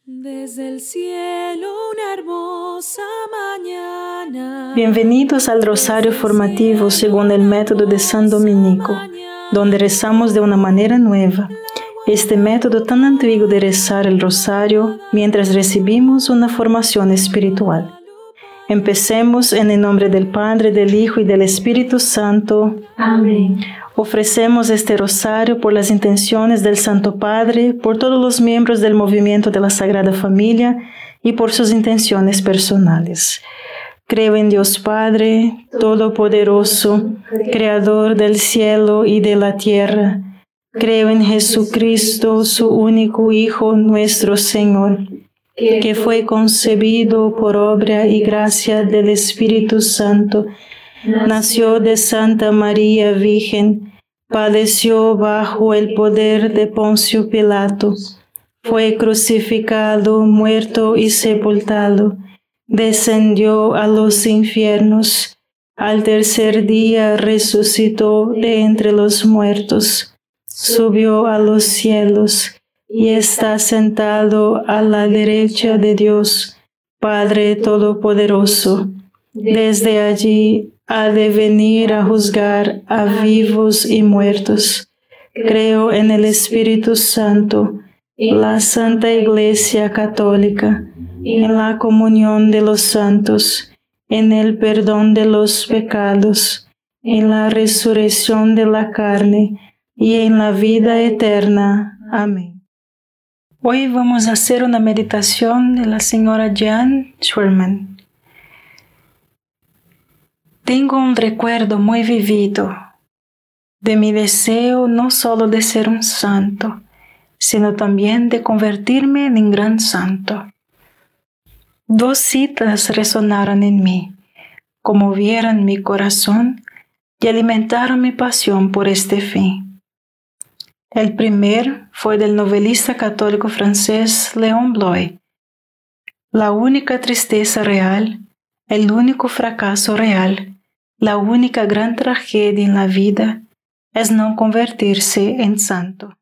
Desde el cielo una hermosa mañana. Bienvenidos al Rosario Formativo según el método de San Dominico, donde rezamos de una manera nueva. Este método tan antiguo de rezar el Rosario mientras recibimos una formación espiritual. Empecemos en el nombre del Padre, del Hijo y del Espíritu Santo. Amén. Ofrecemos este rosario por las intenciones del Santo Padre, por todos los miembros del movimiento de la Sagrada Familia y por sus intenciones personales. Creo en Dios Padre, Todopoderoso, Creador del cielo y de la tierra. Creo en Jesucristo, su único Hijo, nuestro Señor, que fue concebido por obra y gracia del Espíritu Santo. Nació de Santa María Virgen, padeció bajo el poder de Poncio Pilato, fue crucificado, muerto y sepultado, descendió a los infiernos, al tercer día resucitó de entre los muertos, subió a los cielos y está sentado a la derecha de Dios, Padre Todopoderoso. Desde allí ha de venir a juzgar a vivos y muertos. Creo en el Espíritu Santo, la Santa Iglesia Católica, en la comunión de los santos, en el perdón de los pecados, en la resurrección de la carne y en la vida eterna. Amén. Hoy vamos a hacer una meditación de la señora Jan Schwerman. Tengo un recuerdo muy vivido de mi deseo no solo de ser un santo, sino también de convertirme en un gran santo. Dos citas resonaron en mí, conmovieron mi corazón y alimentaron mi pasión por este fin. El primer fue del novelista católico francés Léon Bloy. La única tristeza real, el único fracaso real, la única gran tragedia en la vida es no convertirse en santo.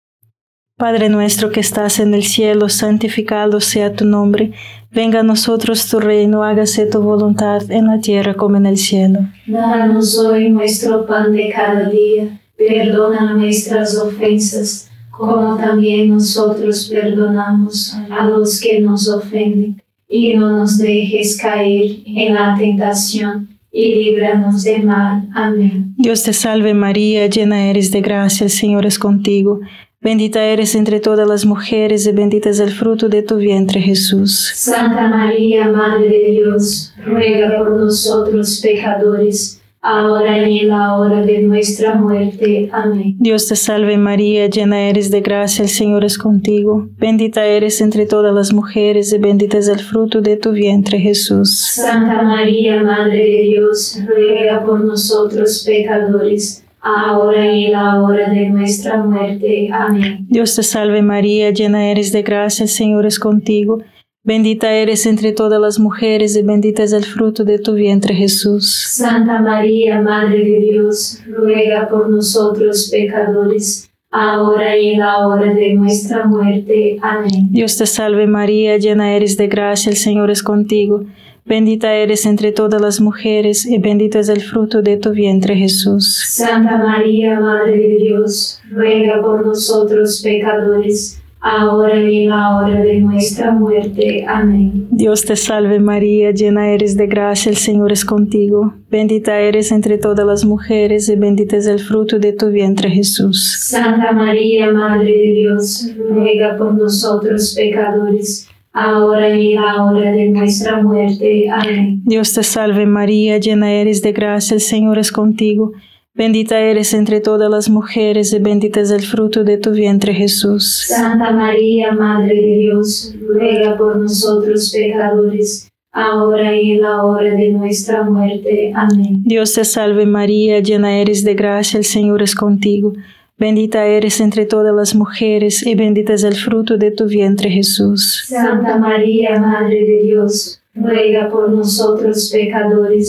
Padre nuestro que estás en el cielo, santificado sea tu nombre. Venga a nosotros tu reino, hágase tu voluntad en la tierra como en el cielo. Danos hoy nuestro pan de cada día. Perdona nuestras ofensas, como también nosotros perdonamos a los que nos ofenden. Y no nos dejes caer en la tentación, y líbranos del mal. Amén. Dios te salve María, llena eres de gracia, el Señor es contigo. Bendita eres entre todas las mujeres y bendito es el fruto de tu vientre, Jesús. Santa María, Madre de Dios, ruega por nosotros pecadores, ahora y en la hora de nuestra muerte. Amén. Dios te salve María, llena eres de gracia, el Señor es contigo. Bendita eres entre todas las mujeres y bendito es el fruto de tu vientre, Jesús. Santa María, Madre de Dios, ruega por nosotros pecadores, ahora y en la hora de nuestra muerte. Amén. Dios te salve María, llena eres de gracia, el Señor es contigo. Bendita eres entre todas las mujeres y bendito es el fruto de tu vientre, Jesús. Santa María, Madre de Dios, ruega por nosotros pecadores, ahora y en la hora de nuestra muerte. Amén. Dios te salve María, llena eres de gracia, el Señor es contigo. Bendita eres entre todas las mujeres y bendito es el fruto de tu vientre, Jesús. Santa María, Madre de Dios, ruega por nosotros pecadores, ahora y en la hora de nuestra muerte. Amén. Dios te salve María, llena eres de gracia, el Señor es contigo. Bendita eres entre todas las mujeres y bendito es el fruto de tu vientre, Jesús. Santa María, Madre de Dios, ruega por nosotros pecadores, ahora y en la hora de nuestra muerte. Amén. Dios te salve María, llena eres de gracia, el Señor es contigo. Bendita eres entre todas las mujeres y bendito es el fruto de tu vientre, Jesús. Santa María, Madre de Dios, ruega por nosotros pecadores, ahora y en la hora de nuestra muerte. Amén. Dios te salve María, llena eres de gracia, el Señor es contigo. Bendita eres entre todas las mujeres y bendito es el fruto de tu vientre, Jesús. Santa María, Madre de Dios, ruega por nosotros pecadores,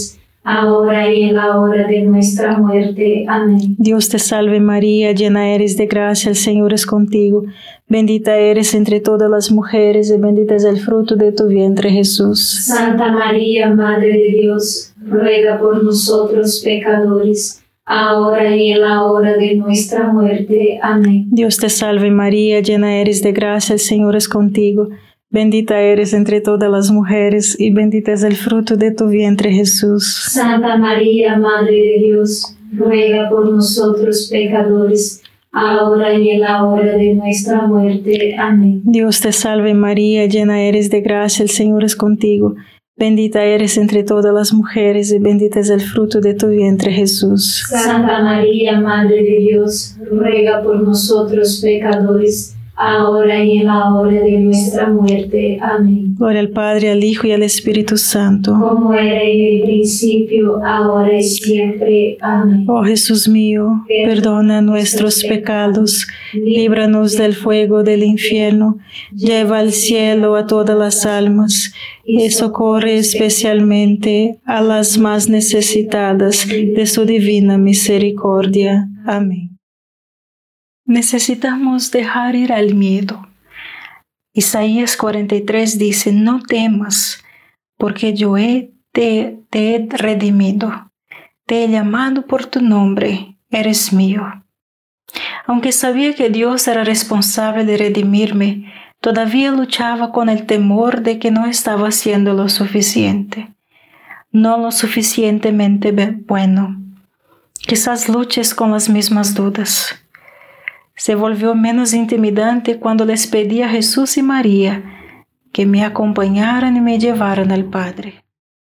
ahora y en la hora de nuestra muerte. Amén. Dios te salve María, llena eres de gracia, el Señor es contigo. Bendita eres entre todas las mujeres y bendito es el fruto de tu vientre, Jesús. Santa María, Madre de Dios, ruega por nosotros pecadores, ahora y en la hora de nuestra muerte. Amén. Dios te salve María, llena eres de gracia, el Señor es contigo. Bendita eres entre todas las mujeres y bendito es el fruto de tu vientre, Jesús. Santa María, Madre de Dios, ruega por nosotros pecadores, ahora y en la hora de nuestra muerte. Amén. Dios te salve María, llena eres de gracia, el Señor es contigo. Bendita eres entre todas las mujeres y bendito es el fruto de tu vientre, Jesús. Santa María, Madre de Dios, ruega por nosotros pecadores, ahora y en la hora de nuestra muerte. Amén. Gloria al Padre, al Hijo y al Espíritu Santo. Como era en el principio, ahora y siempre. Amén. Oh Jesús mío, perdona nuestros pecados, líbranos del fuego del infierno, lleva al cielo a todas las almas y socorre especialmente a las más necesitadas de su divina misericordia. Amén. Necesitamos dejar ir al miedo. Isaías 43 dice, no temas, porque yo te he redimido, te he llamado por tu nombre, eres mío. Aunque sabía que Dios era responsable de redimirme, todavía luchaba con el temor de que no estaba haciendo lo suficiente, no lo suficientemente bueno. Quizás luches con las mismas dudas. Se volvió menos intimidante cuando les pedí a Jesús y María que me acompañaran y me llevaran al Padre.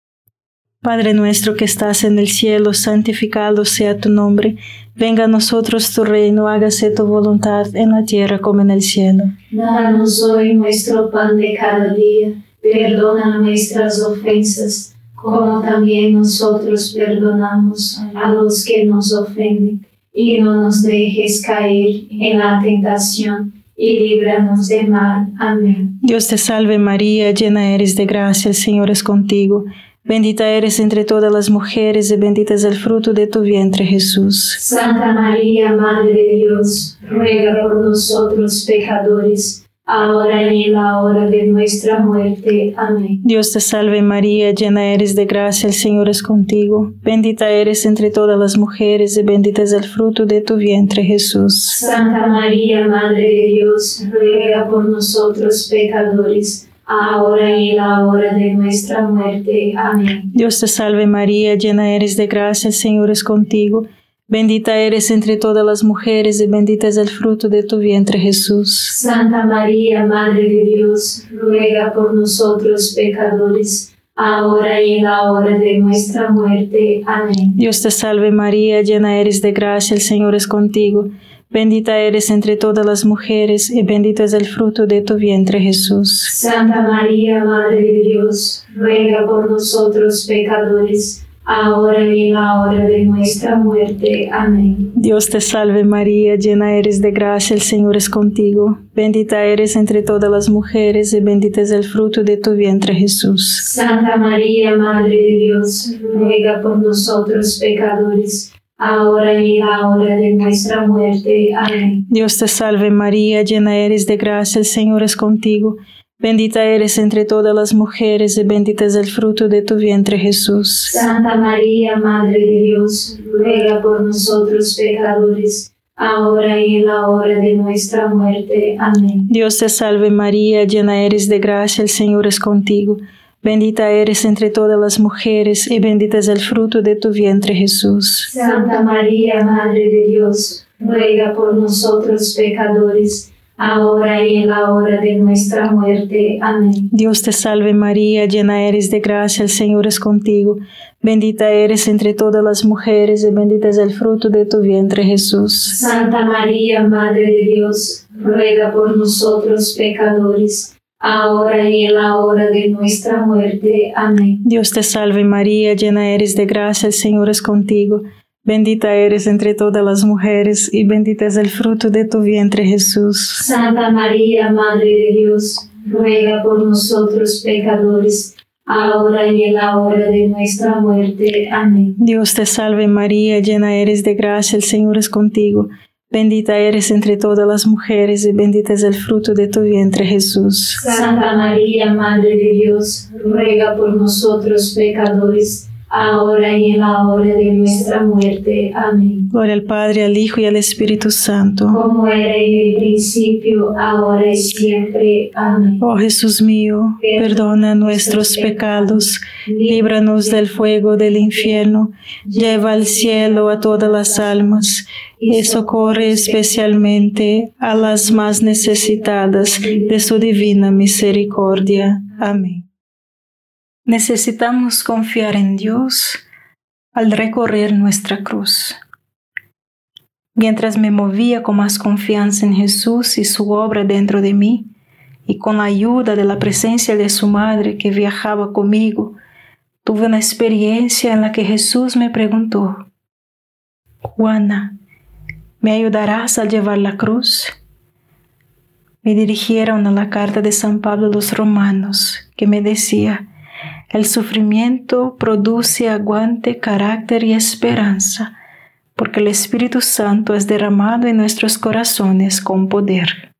Padre nuestro que estás en el cielo, santificado sea tu nombre. Venga a nosotros tu reino, hágase tu voluntad en la tierra como en el cielo. Danos hoy nuestro pan de cada día. Perdona nuestras ofensas, como también nosotros perdonamos a los que nos ofenden. Y no nos dejes caer en la tentación, y líbranos del mal. Amén. Dios te salve María, llena eres de gracia, el Señor es contigo. Bendita eres entre todas las mujeres y bendito es el fruto de tu vientre, Jesús. Santa María, Madre de Dios, ruega por nosotros pecadores, ahora y en la hora de nuestra muerte. Amén. Dios te salve María, llena eres de gracia, el Señor es contigo. Bendita eres entre todas las mujeres y bendito es el fruto de tu vientre, Jesús. Santa María, Madre de Dios, ruega por nosotros pecadores, ahora y en la hora de nuestra muerte. Amén. Dios te salve María, llena eres de gracia, el Señor es contigo. Bendita eres entre todas las mujeres y bendito es el fruto de tu vientre, Jesús. Santa María, Madre de Dios, ruega por nosotros pecadores, ahora y en la hora de nuestra muerte. Amén. Dios te salve María, llena eres de gracia, el Señor es contigo. Bendita eres entre todas las mujeres y bendito es el fruto de tu vientre, Jesús. Santa María, Madre de Dios, ruega por nosotros pecadores, ahora y en la hora de nuestra muerte. Amén. Dios te salve María, llena eres de gracia, el Señor es contigo. Bendita eres entre todas las mujeres y bendito es el fruto de tu vientre, Jesús. Santa María, Madre de Dios, ruega por nosotros pecadores, ahora y en la hora de nuestra muerte. Amén. Dios te salve María, llena eres de gracia, el Señor es contigo. Bendita eres entre todas las mujeres y bendito es el fruto de tu vientre, Jesús. Santa María, Madre de Dios, ruega por nosotros pecadores, ahora y en la hora de nuestra muerte. Amén. Dios te salve María, llena eres de gracia, el Señor es contigo. Bendita eres entre todas las mujeres y bendito es el fruto de tu vientre, Jesús. Santa María, Madre de Dios, ruega por nosotros pecadores, ahora y en la hora de nuestra muerte. Amén. Dios te salve María, llena eres de gracia, el Señor es contigo. Bendita eres entre todas las mujeres y bendito es el fruto de tu vientre, Jesús. Santa María, Madre de Dios, ruega por nosotros pecadores, ahora y en la hora de nuestra muerte. Amén. Dios te salve María, llena eres de gracia, el Señor es contigo. Bendita eres entre todas las mujeres y bendito es el fruto de tu vientre, Jesús. Santa María, Madre de Dios, ruega por nosotros pecadores, ahora y en la hora de nuestra muerte. Amén. Dios te salve María, llena eres de gracia, el Señor es contigo. Bendita eres entre todas las mujeres y bendito es el fruto de tu vientre, Jesús. Santa María, Madre de Dios, ruega por nosotros pecadores, ahora y en la hora de nuestra muerte. Amén. Gloria al Padre, al Hijo y al Espíritu Santo. Como era en el principio, ahora y siempre. Amén. Oh Jesús mío, perdona nuestros pecados, líbranos del fuego del infierno, lleva al cielo a todas las almas y socorre especialmente a las más necesitadas de su divina misericordia. Amén. Necesitamos confiar en Dios al recorrer nuestra cruz. Mientras me movía con más confianza en Jesús y su obra dentro de mí, y con la ayuda de la presencia de su madre que viajaba conmigo, tuve una experiencia en la que Jesús me preguntó: Juana, ¿me ayudarás a llevar la cruz? Me dirigieron a la carta de San Pablo a los Romanos, que me decía: el sufrimiento produce aguante, carácter y esperanza, porque el Espíritu Santo es derramado en nuestros corazones con poder.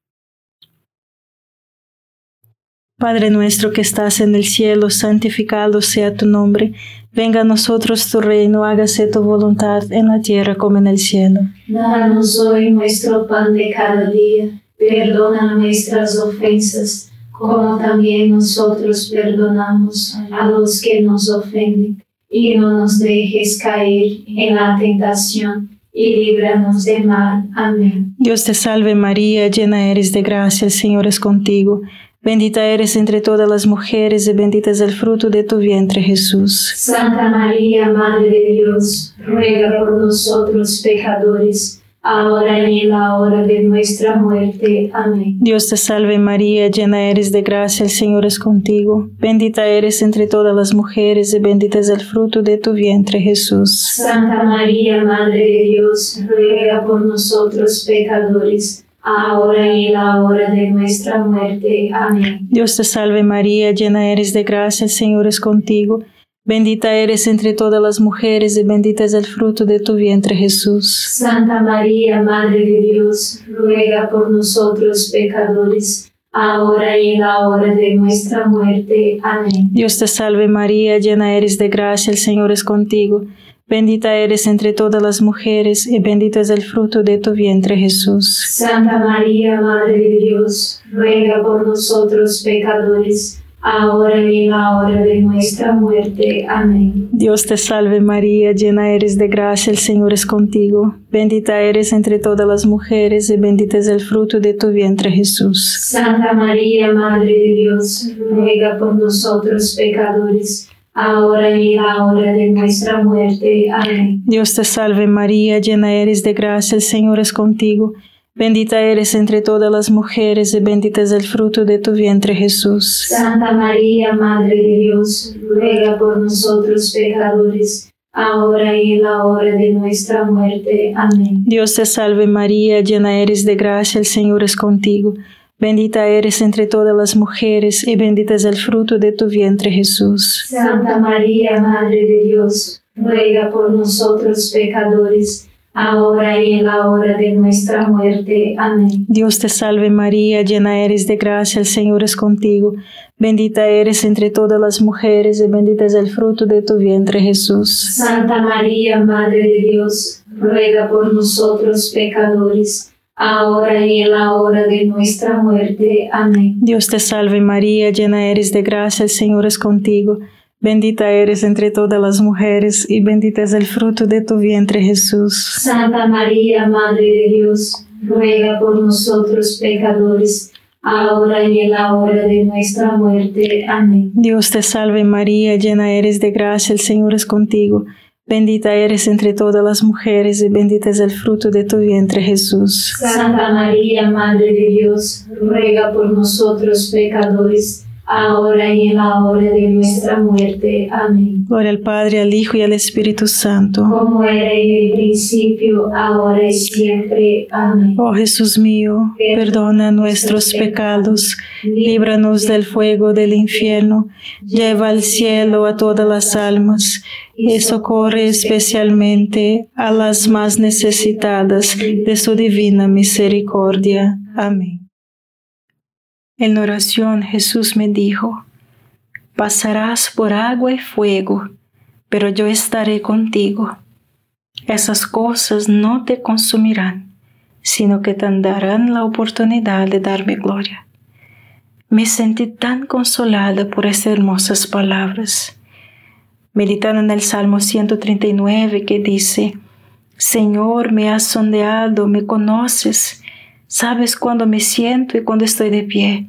Padre nuestro que estás en el cielo, santificado sea tu nombre. Venga a nosotros tu reino, hágase tu voluntad en la tierra como en el cielo. Danos hoy nuestro pan de cada día. Perdona nuestras ofensas, como también nosotros perdonamos a los que nos ofenden. Y no nos dejes caer en la tentación, y líbranos del mal. Amén. Dios te salve María, llena eres de gracia, el Señor es contigo. Bendita eres entre todas las mujeres y bendito es el fruto de tu vientre, Jesús. Santa María, Madre de Dios, ruega por nosotros pecadores, ahora y en la hora de nuestra muerte. Amén. Dios te salve María, llena eres de gracia, el Señor es contigo. Bendita eres entre todas las mujeres y bendito es el fruto de tu vientre, Jesús. Santa María, Madre de Dios, ruega por nosotros pecadores, ahora y en la hora de nuestra muerte. Amén. Dios te salve María, llena eres de gracia, el Señor es contigo. Bendita eres entre todas las mujeres y bendito es el fruto de tu vientre, Jesús. Santa María, Madre de Dios, ruega por nosotros pecadores, ahora y en la hora de nuestra muerte. Amén. Dios te salve María, llena eres de gracia, el Señor es contigo. Bendita eres entre todas las mujeres y bendito es el fruto de tu vientre, Jesús. Santa María, Madre de Dios, ruega por nosotros pecadores, ahora y en la hora de nuestra muerte. Amén. Dios te salve María, llena eres de gracia, el Señor es contigo. Bendita eres entre todas las mujeres y bendito es el fruto de tu vientre, Jesús. Santa María, Madre de Dios, ruega por nosotros pecadores, ahora y en la hora de nuestra muerte. Amén. Dios te salve María, llena eres de gracia, el Señor es contigo. Bendita eres entre todas las mujeres y bendito es el fruto de tu vientre, Jesús. Santa María, Madre de Dios, ruega por nosotros pecadores, ahora y en la hora de nuestra muerte. Amén. Dios te salve María, llena eres de gracia, el Señor es contigo. Bendita eres entre todas las mujeres y bendito es el fruto de tu vientre, Jesús. Santa María, Madre de Dios, ruega por nosotros pecadores, ahora y en la hora de nuestra muerte. Amén. Dios te salve María, llena eres de gracia, el Señor es contigo. Bendita eres entre todas las mujeres y bendito es el fruto de tu vientre, Jesús. Santa María, Madre de Dios, ruega por nosotros pecadores, ahora y en la hora de nuestra muerte. Amén. Dios te salve María, llena eres de gracia, el Señor es contigo. Bendita eres entre todas las mujeres y bendito es el fruto de tu vientre, Jesús. Santa María, Madre de Dios, ruega por nosotros pecadores, ahora y en la hora de nuestra muerte. Amén. Dios te salve María, llena eres de gracia, el Señor es contigo. Bendita eres entre todas las mujeres y bendito es el fruto de tu vientre, Jesús. Santa María, Madre de Dios, ruega por nosotros pecadores, ahora y en la hora de nuestra muerte. Amén. Gloria al Padre, al Hijo y al Espíritu Santo. Como era en el principio, ahora y siempre. Amén. Oh Jesús mío, perdona nuestros pecados, líbranos del fuego del infierno, lleva al cielo a todas las almas y socorre especialmente a las más necesitadas de su divina misericordia. Amén. En oración Jesús me dijo: pasarás por agua y fuego, pero yo estaré contigo. Esas cosas no te consumirán, sino que te darán la oportunidad de darme gloria. Me sentí tan consolada por estas hermosas palabras. Meditando en el Salmo 139 que dice: Señor, me has sondeado, me conoces, sabes cuándo me siento y cuándo estoy de pie.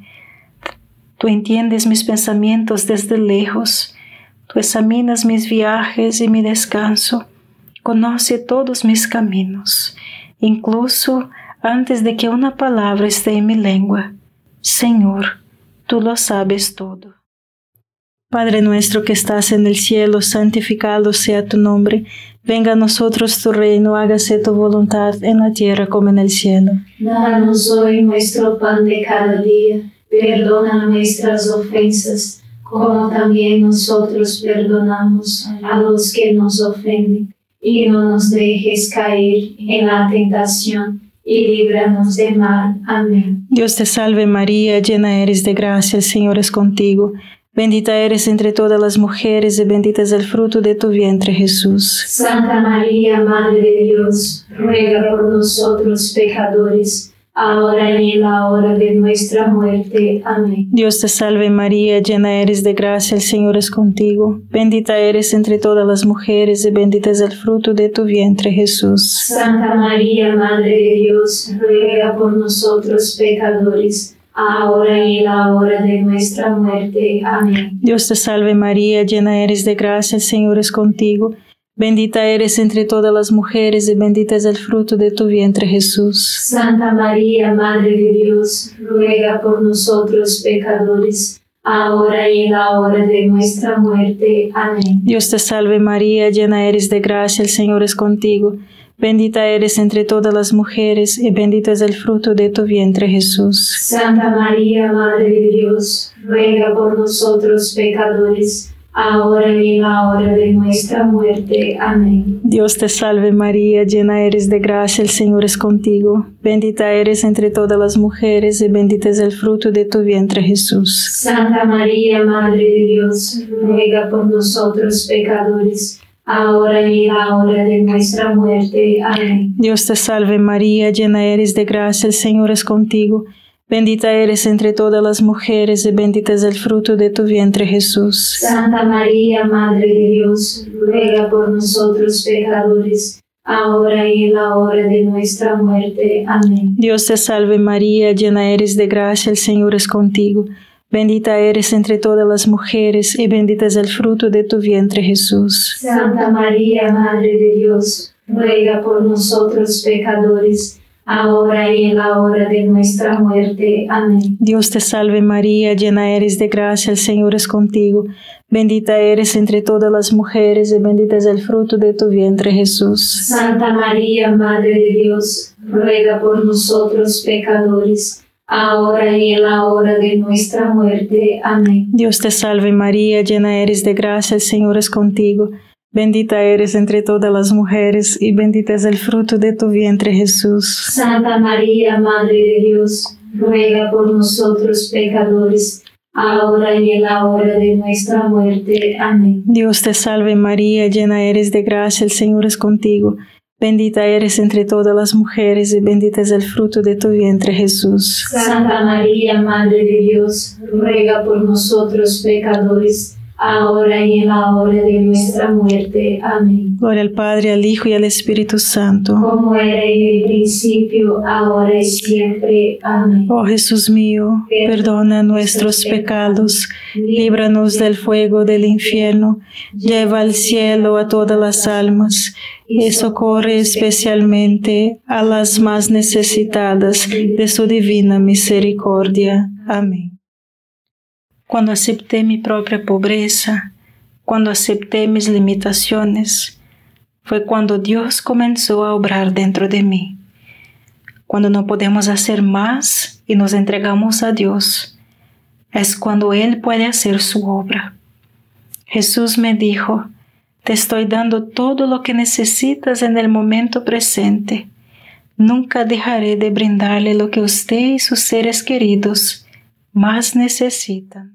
Tú entiendes mis pensamientos desde lejos, tú examinas mis viajes y mi descanso, conoce todos mis caminos, incluso antes de que una palabra esté en mi lengua. Señor, tú lo sabes todo. Padre nuestro que estás en el cielo, santificado sea tu nombre. Venga a nosotros tu reino, hágase tu voluntad en la tierra como en el cielo. Danos hoy nuestro pan de cada día. Perdona nuestras ofensas, como también nosotros perdonamos a los que nos ofenden. Y no nos dejes caer en la tentación, y líbranos del mal. Amén. Dios te salve María, llena eres de gracia, el Señor es contigo. Bendita eres entre todas las mujeres y bendito es el fruto de tu vientre, Jesús. Santa María, Madre de Dios, ruega por nosotros pecadores, ahora y en la hora de nuestra muerte. Amén. Dios te salve María, llena eres de gracia, el Señor es contigo. Bendita eres entre todas las mujeres y bendito es el fruto de tu vientre, Jesús. Santa María, Madre de Dios, ruega por nosotros pecadores, ahora y en la hora de nuestra muerte. Amén. Dios te salve María, llena eres de gracia, el Señor es contigo. Bendita eres entre todas las mujeres y bendito es el fruto de tu vientre, Jesús. Santa María, Madre de Dios, ruega por nosotros pecadores, ahora y en la hora de nuestra muerte. Amén. Dios te salve María, llena eres de gracia, el Señor es contigo. Bendita eres entre todas las mujeres y bendito es el fruto de tu vientre, Jesús. Santa María, Madre de Dios, ruega por nosotros pecadores, ahora y en la hora de nuestra muerte. Amén. Dios te salve María, llena eres de gracia, el Señor es contigo. Bendita eres entre todas las mujeres y bendito es el fruto de tu vientre, Jesús. Santa María, Madre de Dios, ruega por nosotros pecadores, ahora y en la hora de nuestra muerte. Amén. Dios te salve María, llena eres de gracia, el Señor es contigo. Bendita eres entre todas las mujeres y bendito es el fruto de tu vientre, Jesús. Santa María, Madre de Dios, ruega por nosotros pecadores, ahora y en la hora de nuestra muerte. Amén. Dios te salve María, llena eres de gracia, el Señor es contigo. Bendita eres entre todas las mujeres y bendito es el fruto de tu vientre, Jesús. Santa María, Madre de Dios, ruega por nosotros pecadores, ahora y en la hora de nuestra muerte. Amén. Dios te salve María, llena eres de gracia, el Señor es contigo. Bendita eres entre todas las mujeres y bendito es el fruto de tu vientre, Jesús. Santa María, Madre de Dios, ruega por nosotros pecadores, ahora y en la hora de nuestra muerte. Amén. Dios te salve María, llena eres de gracia, el Señor es contigo. Bendita eres entre todas las mujeres y bendito es el fruto de tu vientre, Jesús. Santa María, Madre de Dios, ruega por nosotros pecadores, ahora y en la hora de nuestra muerte. Amén. Dios te salve María, llena eres de gracia, el Señor es contigo. Bendita eres entre todas las mujeres y bendito es el fruto de tu vientre, Jesús. Santa María, Madre de Dios, ruega por nosotros pecadores, ahora y en la hora de nuestra muerte. Amén. Gloria al Padre, al Hijo y al Espíritu Santo. Como era en el principio, ahora y siempre. Amén. Oh Jesús mío, perdona nuestros pecados, líbranos del fuego del infierno, lleva al cielo a todas las almas, y socorre especialmente a las más necesitadas de su divina misericordia. Amén. Cuando acepté mi propia pobreza, cuando acepté mis limitaciones, fue cuando Dios comenzó a obrar dentro de mí. Cuando no podemos hacer más y nos entregamos a Dios, es cuando Él puede hacer su obra. Jesús me dijo: te estoy dando todo lo que necesitas en el momento presente. Nunca dejaré de brindarle lo que usted y sus seres queridos más necesitan.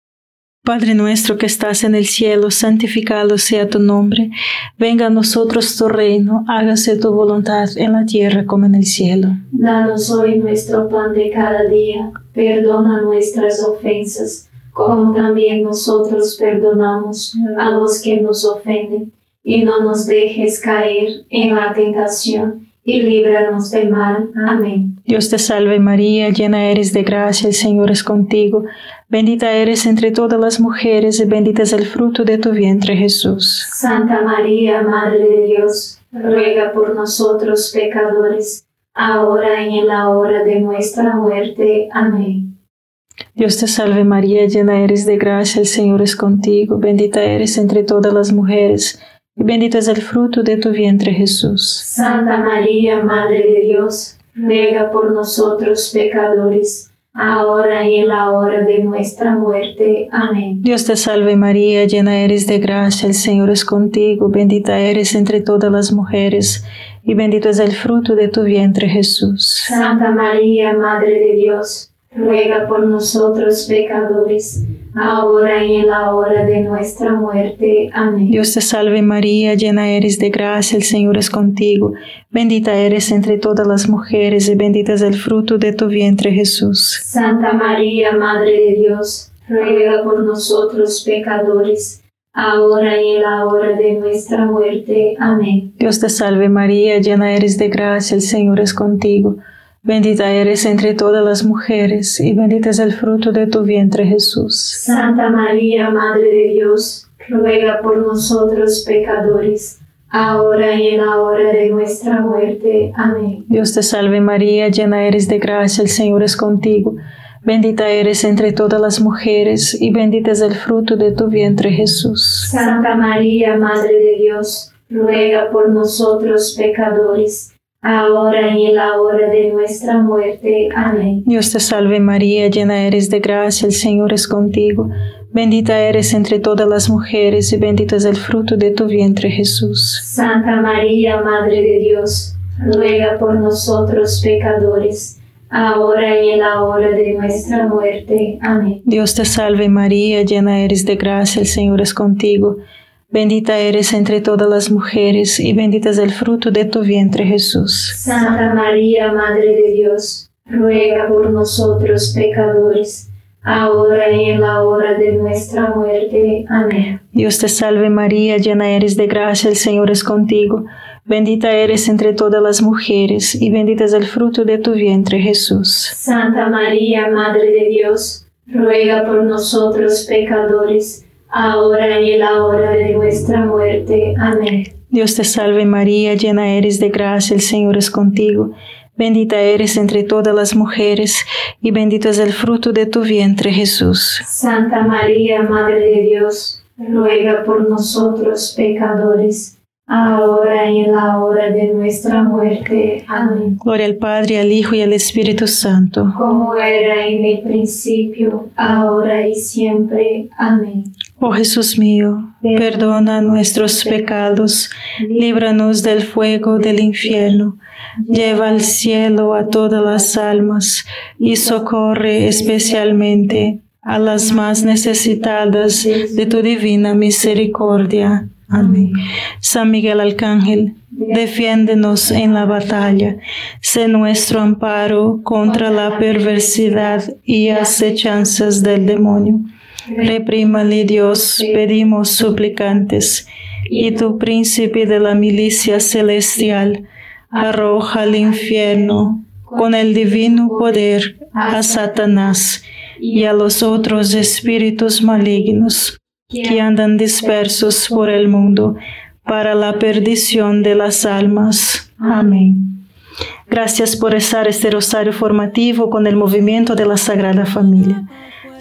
Padre nuestro que estás en el cielo, santificado sea tu nombre. Venga a nosotros tu reino, hágase tu voluntad en la tierra como en el cielo. Danos hoy nuestro pan de cada día, perdona nuestras ofensas, como también nosotros perdonamos a los que nos ofenden, y no nos dejes caer en la tentación, y líbranos del mal. Amén. Dios te salve María, llena eres de gracia, el Señor es contigo. Bendita eres entre todas las mujeres y bendito es el fruto de tu vientre, Jesús. Santa María, Madre de Dios, ruega por nosotros pecadores, ahora y en la hora de nuestra muerte. Amén. Dios te salve María, llena eres de gracia, el Señor es contigo. Bendita eres entre todas las mujeres y bendito es el fruto de tu vientre, Jesús. Santa María, Madre de Dios, ruega por nosotros pecadores, ahora y en la hora de nuestra muerte. Amén. Dios te salve María, llena eres de gracia, el Señor es contigo. Bendita eres entre todas las mujeres y bendito es el fruto de tu vientre, Jesús. Santa María, Madre de Dios, ruega por nosotros pecadores, ahora y en la hora de nuestra muerte. Amén. Dios te salve María, llena eres de gracia, el Señor es contigo. Bendita eres entre todas las mujeres y bendito es el fruto de tu vientre, Jesús. Santa María, Madre de Dios, ruega por nosotros pecadores, ahora y en la hora de nuestra muerte. Amén. Dios te salve María, llena eres de gracia, el Señor es contigo. Bendita eres entre todas las mujeres y bendito es el fruto de tu vientre, Jesús. Santa María, Madre de Dios, ruega por nosotros pecadores, ahora y en la hora de nuestra muerte. Amén. Dios te salve María, llena eres de gracia, el Señor es contigo. Bendita eres entre todas las mujeres y bendito es el fruto de tu vientre, Jesús. Santa María, Madre de Dios, ruega por nosotros pecadores, ahora y en la hora de nuestra muerte. Amén. Dios te salve María, llena eres de gracia, el Señor es contigo. Bendita eres entre todas las mujeres y bendito es el fruto de tu vientre, Jesús. Santa María, Madre de Dios, ruega por nosotros pecadores, ahora y en la hora de nuestra muerte. Amén. Dios te salve María, llena eres de gracia, el Señor es contigo. Bendita eres entre todas las mujeres y bendito es el fruto de tu vientre, Jesús. Santa María, Madre de Dios, ruega por nosotros pecadores, ahora y en la hora de nuestra muerte. Amén. Dios te salve María, llena eres de gracia, el Señor es contigo. Bendita eres entre todas las mujeres y bendito es el fruto de tu vientre, Jesús. Santa María, Madre de Dios, ruega por nosotros pecadores, ahora y en la hora de nuestra muerte. Amén. Dios te salve María, llena eres de gracia, el Señor es contigo. Bendita eres entre todas las mujeres y bendito es el fruto de tu vientre, Jesús. Santa María, Madre de Dios, ruega por nosotros pecadores, ahora y en la hora de nuestra muerte. Amén. Gloria al Padre, al Hijo y al Espíritu Santo. Como era en el principio, ahora y siempre. Amén. Oh Jesús mío, perdona nuestros pecados, líbranos del fuego del infierno, lleva al cielo a todas las almas y socorre especialmente a las más necesitadas de tu divina misericordia. Amén. San Miguel Arcángel, defiéndenos en la batalla, sé nuestro amparo contra la perversidad y acechanzas del demonio. Reprímale Dios, pedimos suplicantes, y tu príncipe de la milicia celestial, arroja al infierno con el divino poder a Satanás y a los otros espíritus malignos que andan dispersos por el mundo para la perdición de las almas. Amén. Gracias por rezar este rosario formativo con el movimiento de la Sagrada Familia.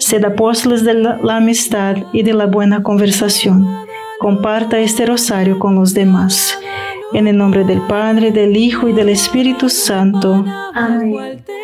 Sed apóstoles de la amistad y de la buena conversación. Comparta este rosario con los demás. En el nombre del Padre, del Hijo y del Espíritu Santo. Amén.